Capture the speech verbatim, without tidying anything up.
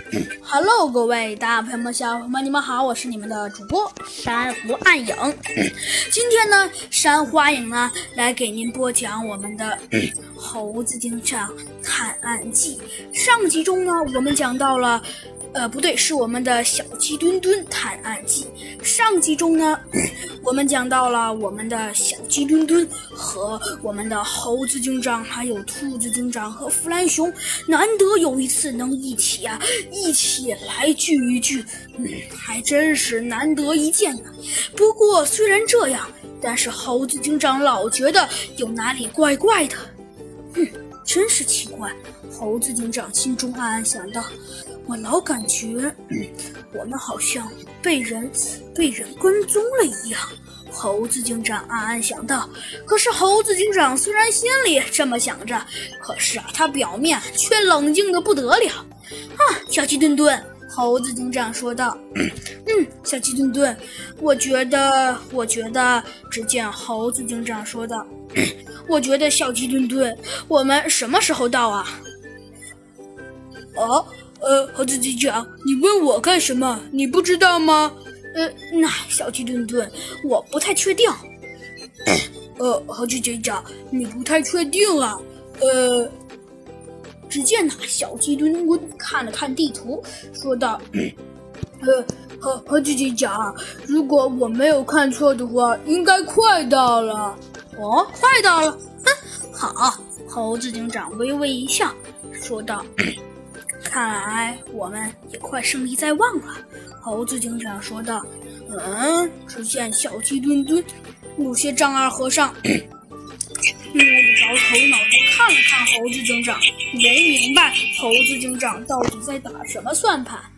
Hello， 各位大朋友们、小朋友们，你们好，我是你们的主播珊瑚暗影。今天呢，珊瑚暗影呢来给您播讲我们的《猴子警长探案记》。上集中呢，我们讲到了。呃，不对，是我们的小鸡墩墩探案记。上集中呢，我们讲到了我们的小鸡墩墩和我们的猴子警长，还有兔子警长和弗兰熊，难得有一次能一起啊，一起来聚一聚，嗯，还真是难得一见呢。不过虽然这样，但是猴子警长老觉得有哪里怪怪的，嗯，真是奇怪。猴子警长心中暗暗想到。我老感觉，嗯，我们好像被人被人跟踪了一样。猴子警长暗暗想到。可是猴子警长虽然心里这么想着，可是啊，他表面却冷静得不得了。啊，小鸡墩墩，猴子警长说道。嗯，小鸡墩墩，我觉得，我觉得，只见猴子警长说道。我觉得小鸡墩墩，我们什么时候到啊？哦。呃，猴子警长，你问我干什么？你不知道吗？呃，那小鸡墩墩，我不太确定。呃，猴子警长，你不太确定啊？呃，只见那小鸡墩墩看了看地图，说道：“呃，猴猴子警长，如果我没有看错的话，应该快到了。”哦，快到了。哼，好。猴子警长微微一笑，说道。看来我们也快胜利在望了，猴子警长说道。嗯，只见小鸡墩墩有些丈二和尚摸不着头脑地看了看猴子警长，没明白猴子警长到底在打什么算盘。